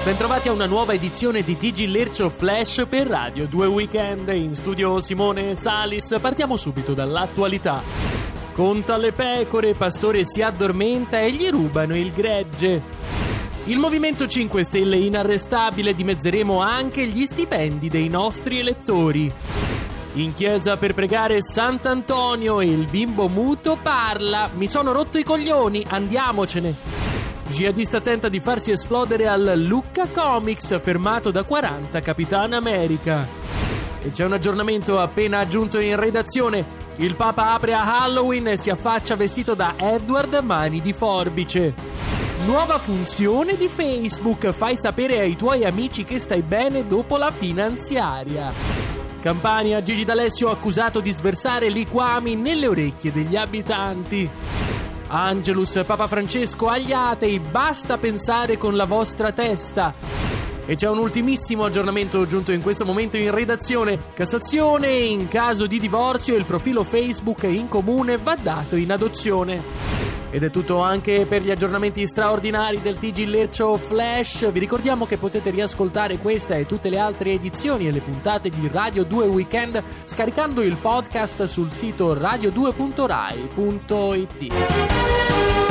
Bentrovati a una nuova edizione di TG Lercio Flash per Radio 2 Weekend. In studio Simone Salis. Partiamo subito dall'attualità. Conta le pecore, pastore si addormenta e gli rubano il gregge. Il Movimento 5 Stelle inarrestabile, dimezzeremo anche gli stipendi dei nostri elettori. In chiesa per pregare Sant'Antonio e il bimbo muto parla. Mi sono rotto i coglioni, andiamocene. Jihadista tenta di farsi esplodere al Lucca Comics, fermato da 40 Capitan America. E c'è un aggiornamento appena aggiunto in redazione. Il Papa apre a Halloween e si affaccia vestito da Edward Mani di Forbice. Nuova funzione di Facebook, fai sapere ai tuoi amici che stai bene dopo la finanziaria. Campania, Gigi D'Alessio accusato di sversare liquami nelle orecchie degli abitanti. Angelus, Papa Francesco agli atei, basta pensare con la vostra testa. E c'è un ultimissimo aggiornamento giunto in questo momento in redazione. Cassazione, in caso di divorzio il profilo Facebook in comune va dato in adozione. Ed è tutto anche per gli aggiornamenti straordinari del TG Lercio Flash. Vi ricordiamo che potete riascoltare questa e tutte le altre edizioni e le puntate di Radio 2 Weekend scaricando il podcast sul sito radio2.rai.it.